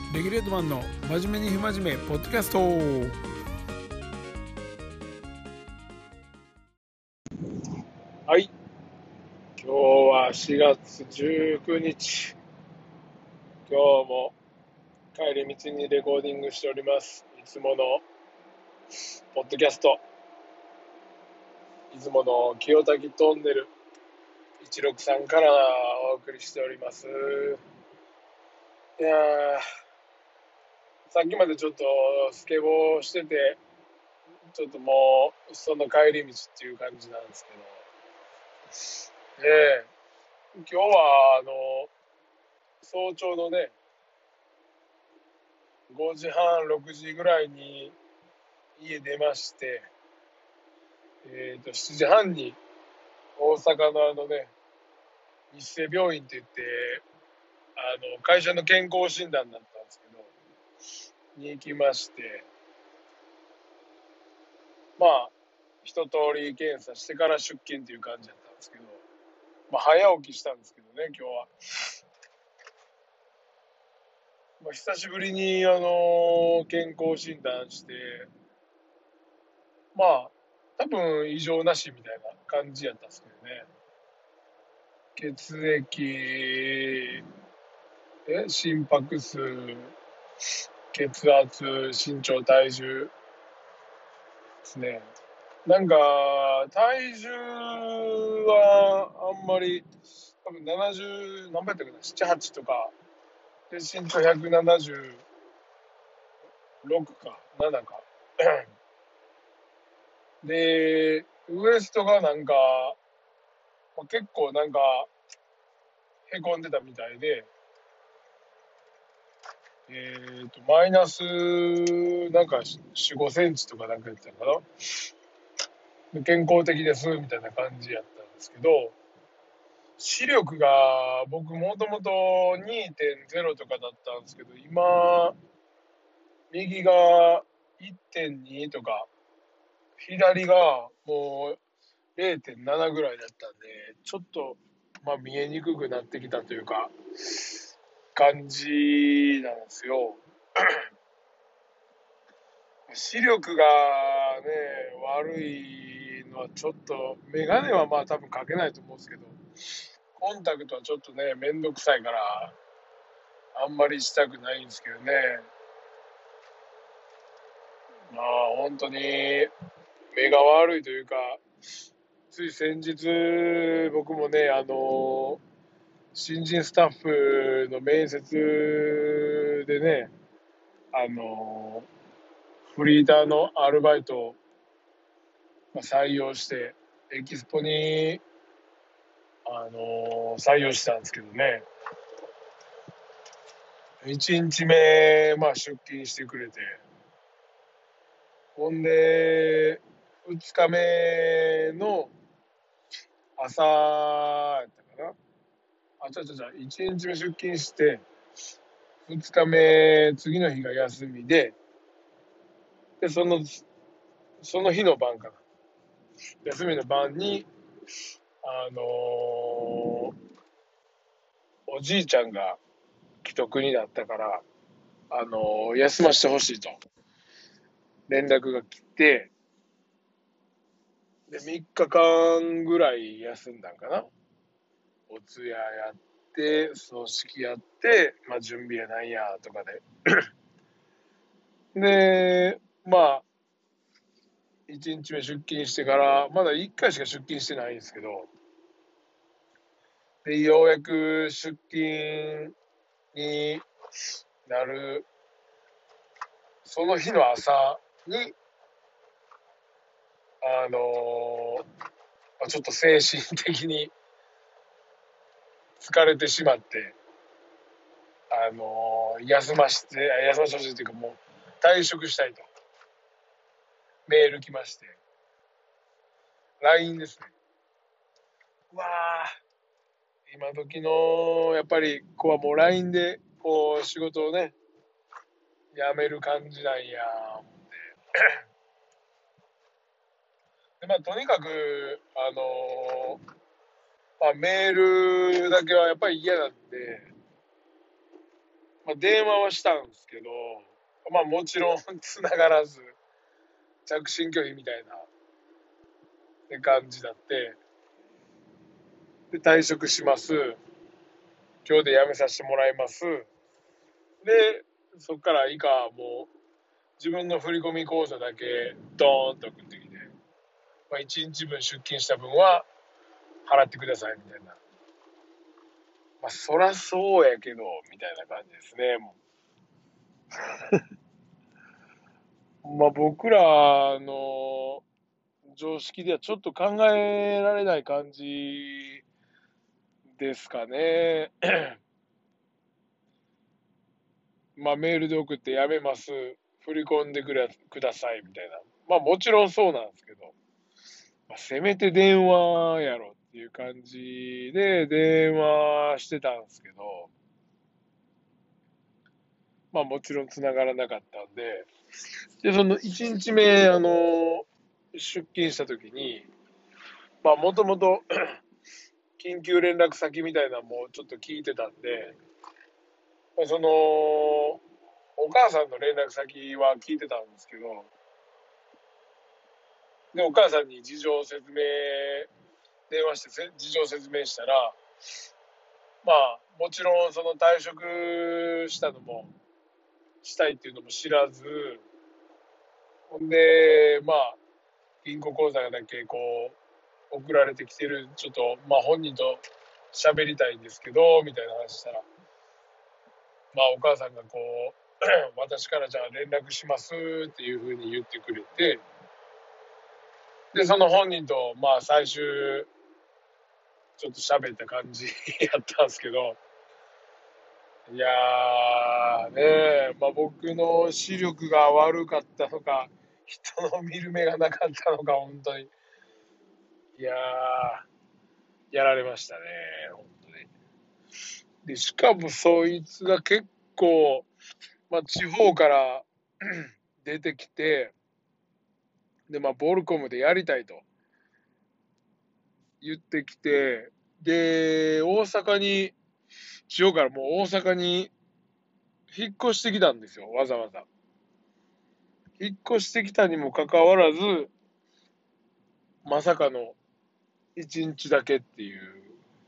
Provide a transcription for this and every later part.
レギュレートマンの真面目に不真面目ポッドキャスト。はい、今日は4月19日、今日も帰り道にレコーディングしております。いつものポッドキャスト、いつもの清滝トンネル163からお送りしております。いやさっきまでちょっとスケボーしてて、ちょっともうその帰り道っていう感じなんですけど、今日は早朝のね5時半6時ぐらいに家出まして、7時半に大阪の日生病院って言って会社の健康診断だったんですけどに行きまして、まあ一通り検査してから出勤っていう感じだったんですけど、早起きしたんですけどね今日は。久しぶりに健康診断して、多分異常なしみたいな感じやったんですけどね。血液、心拍数、血圧、身長、体重ですね。なんか体重はあんまり、多分70何倍やったかな、7、8とかで、身長176か7かでウエストが結構へこんでたみたいで、マイナス4、5センチとかやってたのかな。健康的ですみたいな感じやったんですけど、視力が僕もともと 2.0 とかだったんですけど、今右が 1.2 とか左がもう 0.7 ぐらいだったんで、ちょっと見えにくくなってきたというか感じなんですよ。視力がね悪いのはちょっと、メガネは多分かけないと思うんですけど、コンタクトはちょっとねめんどくさいからあんまりしたくないんですけどね。本当に目が悪いというか、つい先日僕もね新人スタッフの面接でねフリーターのアルバイトを採用してエキスポに採用したんですけどね、1日目出勤してくれて、ほんで2日目の朝やったかな、1日目出勤して2日目次の日が休みで、その日の晩かな、休みの晩におじいちゃんが既得になったから、休ませてほしいと連絡が来て、で3日間ぐらい休んだんかな。お通夜やって葬式やって、準備やなんやとかで1日目出勤してからまだ1回しか出勤してないんですけど、でようやく出勤になるその日の朝にちょっと精神的に疲れてしまって、休ませてほしいというか、もう退職したいとメール来まして、 LINE ですね。うわー、今時のやっぱり子はもう LINE でこう仕事をね辞める感じなんや思って、でとにかくメールだけはやっぱり嫌なんで、 電話はしたんですけど、もちろん繋がらず、着信拒否みたいな感じだって、で、退職します。今日で辞めさせてもらいます。で、そっから以下はもう、自分の振込口座だけドーンと送ってきて、1日分出勤した分は払ってくださいみたいな。そらそうやけど、みたいな感じですね。僕らの常識ではちょっと考えられない感じですかね。メールで送ってやめます。振り込んでくださいみたいな。もちろんそうなんですけど、せめて電話やろっていう感じで電話してたんですけど、もちろん繋がらなかったんで、その1日目、出勤した時に、もともと緊急連絡先みたいなのもちょっと聞いてたんで、その、お母さんの連絡先は聞いてたんですけど、で、お母さんに電話して事情説明したら、もちろんその退職したいっていうのも知らず、ほんで、銀行口座だけ送られてきてる、ちょっと、本人と喋りたいんですけど、みたいな話したら、お母さんが私からじゃあ連絡しますっていう風に言ってくれて、で、その本人と、最終、ちょっと喋った感じやったんですけど、いやー、ねえ、僕の視力が悪かったのか、人の見る目がなかったのか、本当に。いやー、やられましたね、本当に。で、しかもそいつが結構、地方から出てきて、で、ボルコムでやりたいと言ってきて、で、地方からもう大阪に引っ越してきたんですよ、わざわざ。引っ越してきたにもかかわらず、まさかの1日だけっていう。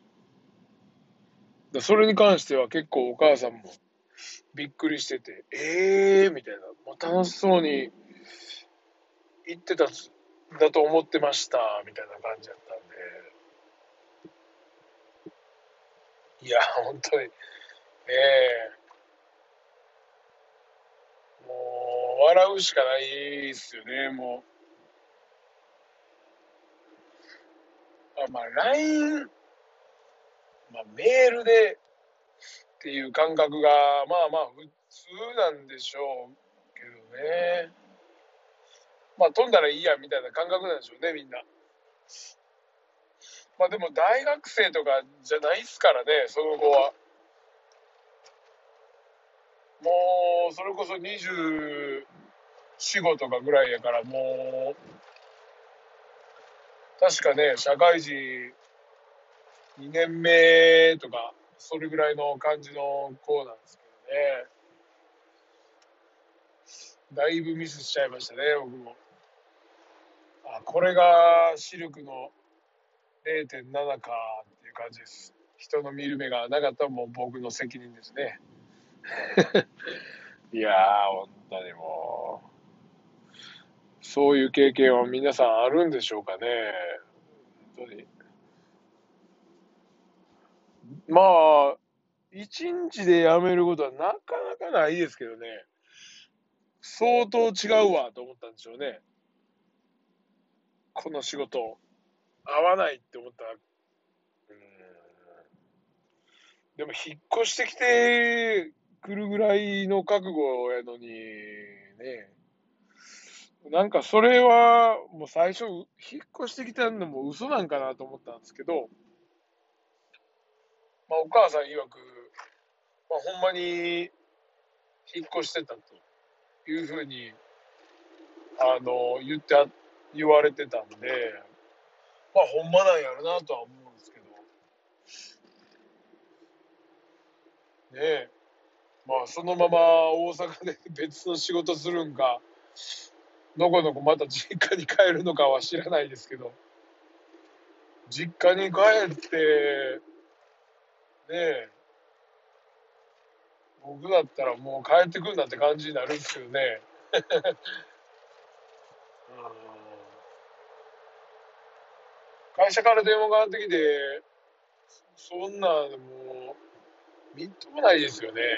それに関しては結構お母さんもびっくりしてて、みたいな。楽しそうに言ってたんだと思ってました、みたいな感じだったんで。いや、本当に、もう、笑うしかないっすよね、もう。LINE、メールでっていう感覚が、普通なんでしょうけどね。飛んだらいいや、みたいな感覚なんでしょうね、みんな。でも大学生とかじゃないっすからね、その後は。もう、それこそ24、5とかぐらいやから、もう、確かね、社会人2年目とか、それぐらいの感じの子なんですけどね。だいぶミスしちゃいましたね、僕も。これが視力の 0.7 かっていう感じです。人の見る目がなかったらもう僕の責任ですね。いやー、本当にもう、そういう経験は皆さんあるんでしょうかね。本当に。一日で辞めることはなかなかないですけどね。相当違うわと思ったんでしょうね。この仕事、合わないって思ったら。でも引っ越してきてくるぐらいの覚悟やのに、ね。なんかそれはもう最初、引っ越してきたのも嘘なんかなと思ったんですけど、お母さん曰く、ほんまに引っ越してたというふうに、言われてたんで、ほんまなんやろなとは思うんですけど、ねえ。 そのまま大阪で別の仕事するんか、のこのこまた実家に帰るのかは知らないですけど、実家に帰ってね、僕だったらもう帰ってくんなって感じになるんですけどね。会社から電話がかかってきて、そんなもうみっともないですよね。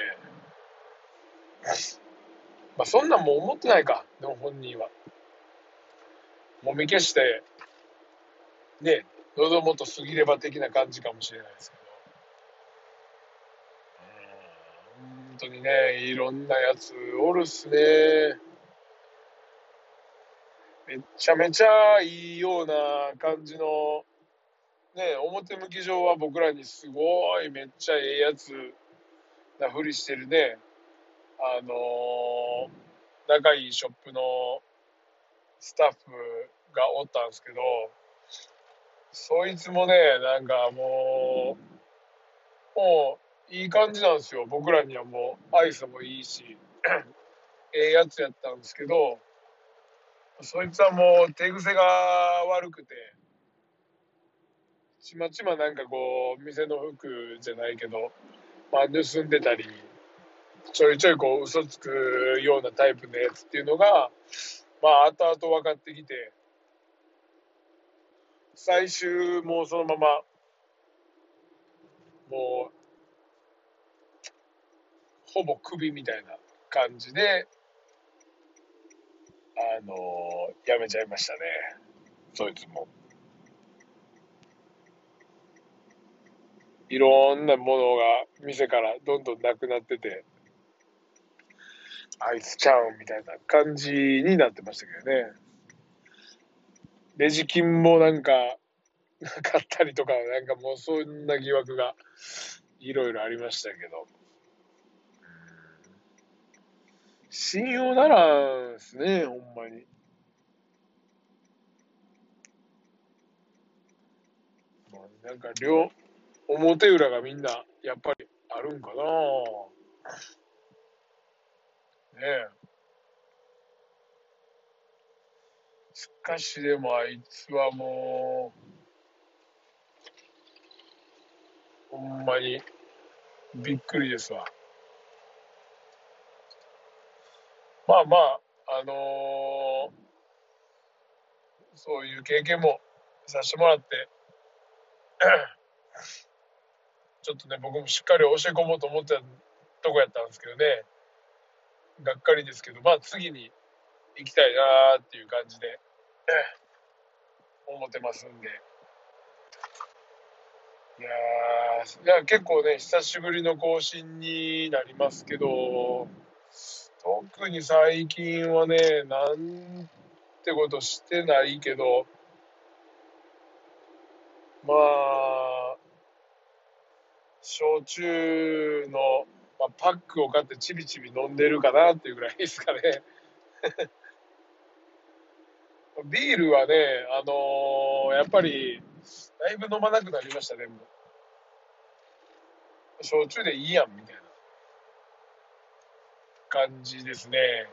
そんなんも思ってないか、でも本人は。もみ消して、ね、喉元過ぎれば的な感じかもしれないですけど。本当にね、いろんなやつおるっすね。めちゃめちゃいいような感じの、ね、表向き上は僕らにすごいめっちゃええやつなふりしてるね、あの仲いいショップのスタッフがおったんですけど、そいつもね、なんかもういい感じなんですよ。僕らにはもう愛想もいいし、ええやつやったんですけど、そいつはもう手癖が悪くて、ちまちまなんかこう、店の服じゃないけど、盗んでたり、ちょいちょいこう、嘘つくようなタイプのやつっていうのが、後々分かってきて、最終もうそのまま、もう、ほぼクビみたいな感じで、辞めちゃいましたね。そいつも。いろんなものが店からどんどんなくなってて、あいつちゃうんみたいな感じになってましたけどね。レジ金もなんか、なかったりとか、なんかもうそんな疑惑がいろいろありましたけど。信用ならんすね、ほんまに。なんか表裏がみんな、やっぱりあるんかな。ねえ。しかしでもあいつはもう、ほんまにびっくりですわ。まあまあ、あのーそういう経験もさせてもらって、ちょっとね、僕もしっかり教え込もうと思ってたとこやったんですけどね、がっかりですけど、次に行きたいなーっていう感じで思ってますんで。いや結構ね、久しぶりの更新になりますけど、特に最近はね、なんてことしてないけど、焼酎の、パックを買ってちびちび飲んでるかなっていうぐらいですかね。ビールはね、やっぱり、だいぶ飲まなくなりましたね、もう。焼酎でいいやん、みたいな感じですね。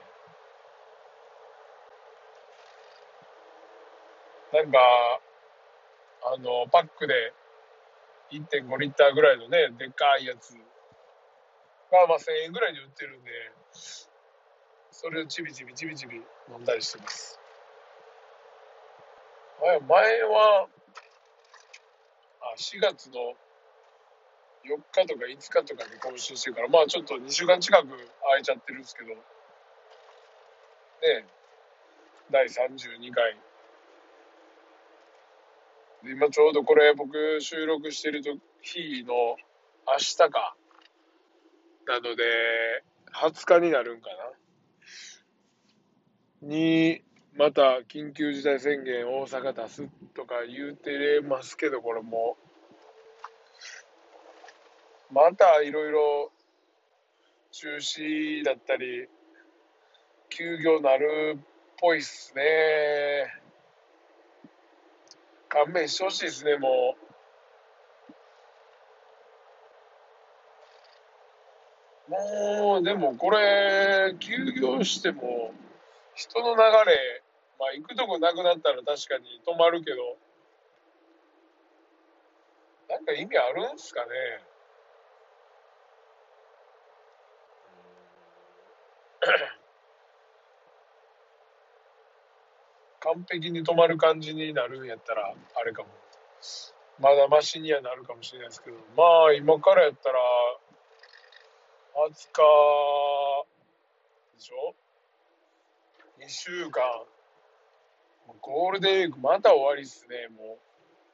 なんか、パックで1.5リッターぐらいのね、でっかいやつが、1000円ぐらいで売ってるんで、それをちびちびちびちび飲んだりしてます。前は、4月の4日とか5日とかで更新してるから、ちょっと2週間近く空いちゃってるんですけど、ね、第32回。で今ちょうどこれ僕収録してる日の明日か。なので、20日になるんかなに、また緊急事態宣言大阪出すとか言うてますけど、これもまたいろいろ中止だったり、休業なるっぽいっすね。勘弁してほしいですね、ももう、でもこれ、休業しても、人の流れ、まあ行くとこなくなったら確かに止まるけど、なんか意味あるんすかね。完璧に止まる感じになるんやったら、あれかも。まだマシにはなるかもしれないですけど、まあ今からやったら、20日でしょ？ 2 週間。ゴールデンウィークまた終わりっすね、もう。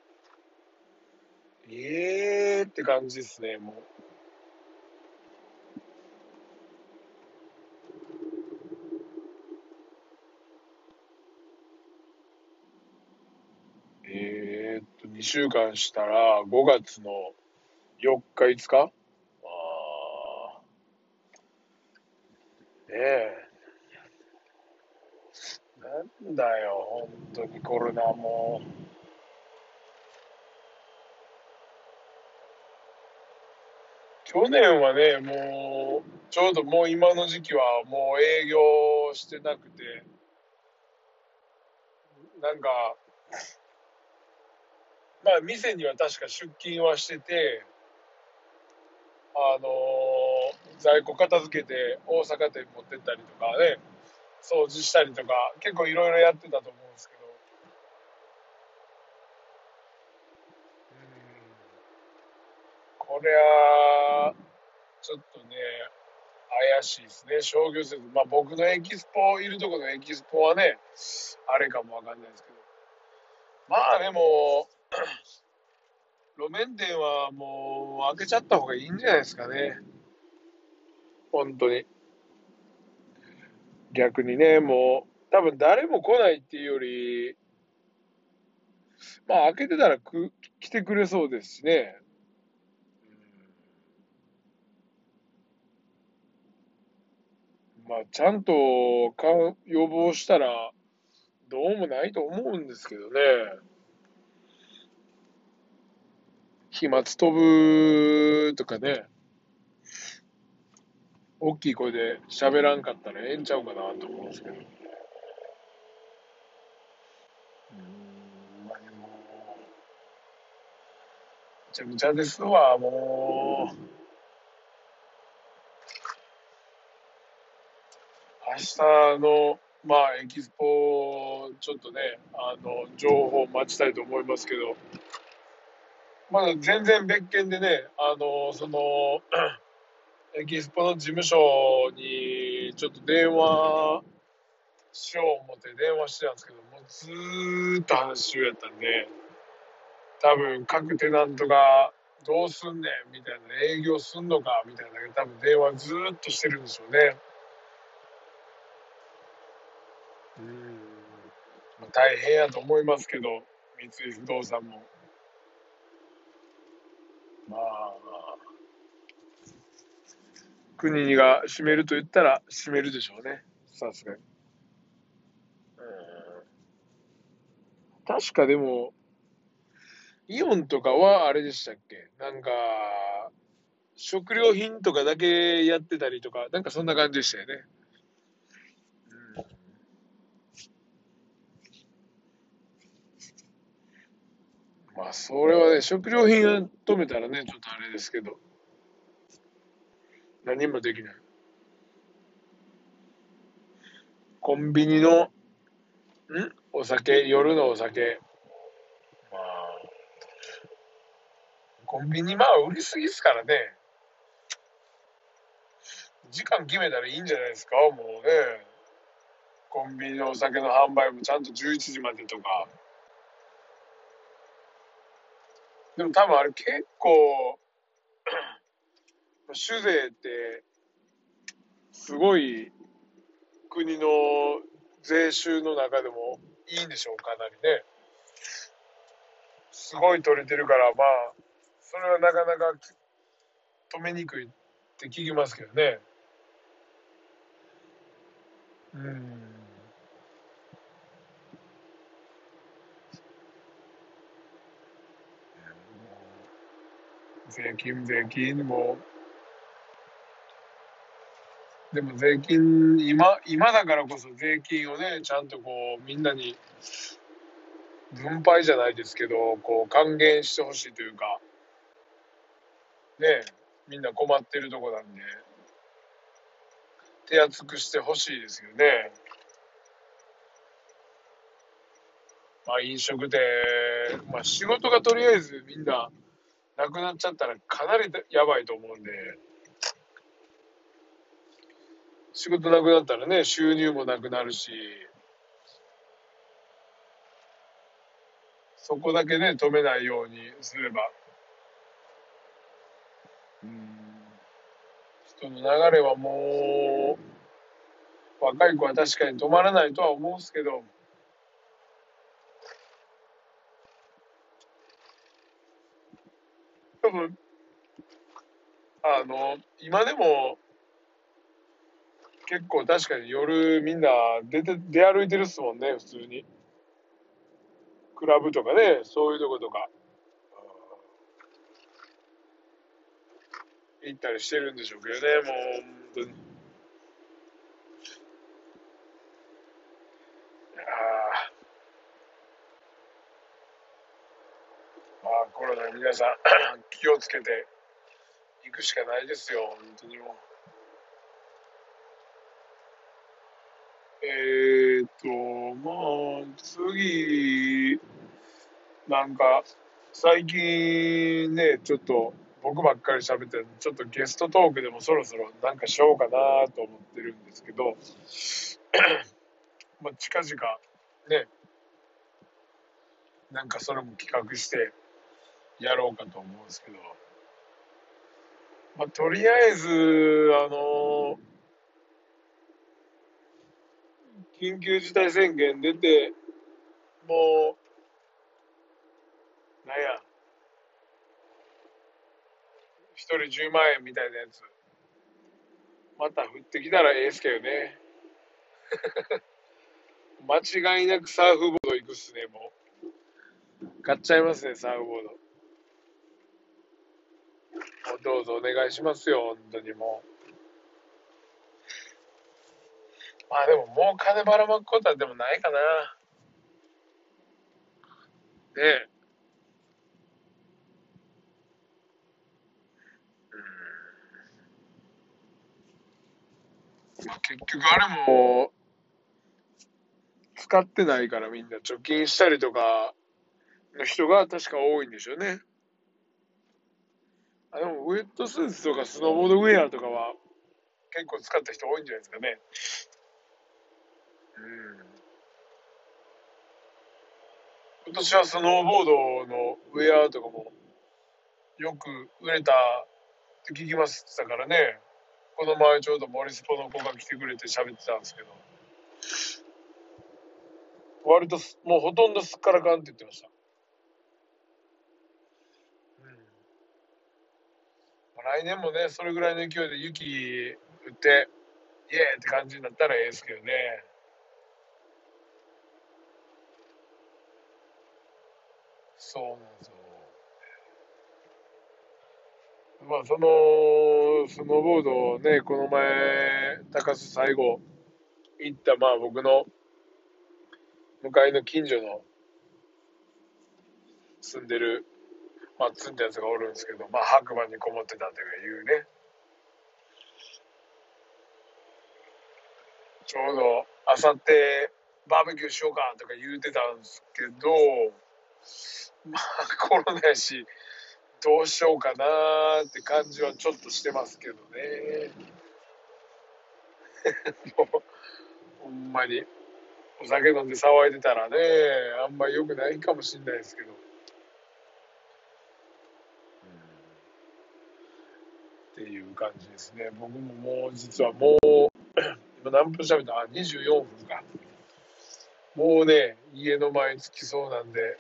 って感じですね、もう。2週間したら5月の4日、5日？ねえ。なんだよ、本当にコロナも。去年はね、もう、ちょうどもう今の時期はもう営業してなくて、なんか、まあ店には確か出勤はしてて、在庫片付けて大阪店持ってったりとかね、掃除したりとか、結構いろいろやってたと思うんですけど、これは、ちょっとね、怪しいですね、商業施設。まあ僕のエキスポ、いるとこのエキスポはね、あれかもわかんないですけど。まあでも、路面店はもう開けちゃった方がいいんじゃないですかね。本当に。逆にね、もう、多分誰も来ないっていうより、まあ開けてたら来てくれそうですしね。まあちゃんと予防したらどうもないと思うんですけどね。飛沫飛ぶとかね、大きい声で喋らんかったらええんちゃうかなと思うんですけど。まあでも、めちゃくちゃですわ、もう。明日の、まあ、エキスポ、ちょっとね、情報を待ちたいと思いますけど、まだ全然別件でね、エキスポの事務所にちょっと電話しよう思って電話してたんですけど、もうずーっと話し中やったんで、多分各テナントがどうすんねんみたいな、営業すんのかみたいな、多分電話ずーっとしてるんでしょうね。まあ大変やと思いますけど、三井不動産も。まあ、国が閉めると言ったら閉めるでしょうね。さすがに。確かでも、イオンとかはあれでしたっけ？なんか、食料品とかだけやってたりとか、なんかそんな感じでしたよね。まあ、それはね、食料品は止めたらね、ちょっとあれですけど、何もできない。コンビニの、お酒、夜のお酒。まあ、コンビニまあ売りすぎっすからね。時間決めたらいいんじゃないですか、もうね。コンビニのお酒の販売もちゃんと11時までとか。でも多分あれ結構、酒税ってすごい国の税収の中でもいいんでしょう、かなりね。すごい取れてるから、まあ、それはなかなか止めにくいって聞きますけどね。うん。税金もでも税金、今だからこそ税金をね、ちゃんとこう、みんなに分配じゃないですけど、こう、還元してほしいというか、ね、みんな困ってるとこなんで、手厚くしてほしいですよね。まあ、飲食店、まあ、仕事がとりあえずみんななくなっちゃったらかなりやばいと思うんで、仕事なくなったらね、収入もなくなるし、そこだけね、止めないようにすれば、人の流れはもう、若い子は確かに止まらないとは思うんですけど、多分、今でも結構確かに夜みんな出歩いてるっすもんね、普通に。クラブとかね、そういうとことか、行ったりしてるんでしょうけどね、もう、本当に。まあ、コロナ皆さん気をつけていくしかないですよ、本当にもう。まあ、次、なんか、最近ね、ちょっと僕ばっかり喋ってる、ちょっとゲストトークでもそろそろなんかしようかなと思ってるんですけど、まあ、近々ね、なんかそれも企画してやろうかと思うんですけど、まあ、とりあえず、緊急事態宣言出て、もう、なんや、一人10万円みたいなやつ、また降ってきたらええですけどね。間違いなくサーフボード行くっすね、もう。買っちゃいますね、サーフボード。もうどうぞお願いしますよ、本当にもう。まあでももう金ばらまくことはでもないかな。ねえ。結局あれも使ってないからみんな貯金したりとかの人が確か多いんでしょうね。でもウェットスーツとかスノーボードウェアとかは結構使った人多いんじゃないですかね。うん。今年はスノーボードのウェアとかもよく売れたって聞きましたからね。この前ちょうどモリスポの子が来てくれて喋ってたんですけど、割ともうほとんどすっからかんって言ってました。うん。来年もね、それぐらいの勢いで雪降って、イエーって感じになったらええですけどね。そうなんですよ。まあ、その、スノーボードをね、この前、高須最後行った、まあ僕の向かいの近所の住んでる、まあ住んだやつがおるんですけど、まあ白馬にこもってたというね、ちょうど、あさってバーベキューしようかとか言うてたんですけど、まあコロナやし、どうしようかなーって感じはちょっとしてますけどね。もう、ほんまに、お酒飲んで騒いでたらね、あんまり良くないかもしれないですけど。っていう感じですね。僕ももう、実はもう、今何分喋った？ 24 分か。もうね、家の前に着きそうなんで、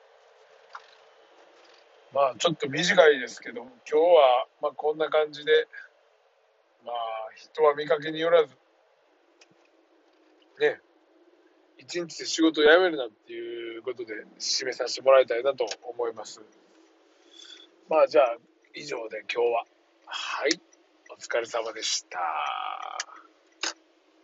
まあちょっと短いですけど、今日はまあこんな感じで、まあ人は見かけによらず、ね、一日で仕事を辞めるなっていうことで締めさせてもらいたいなと思います。まあじゃあ以上で今日は、はい、お疲れ様でした。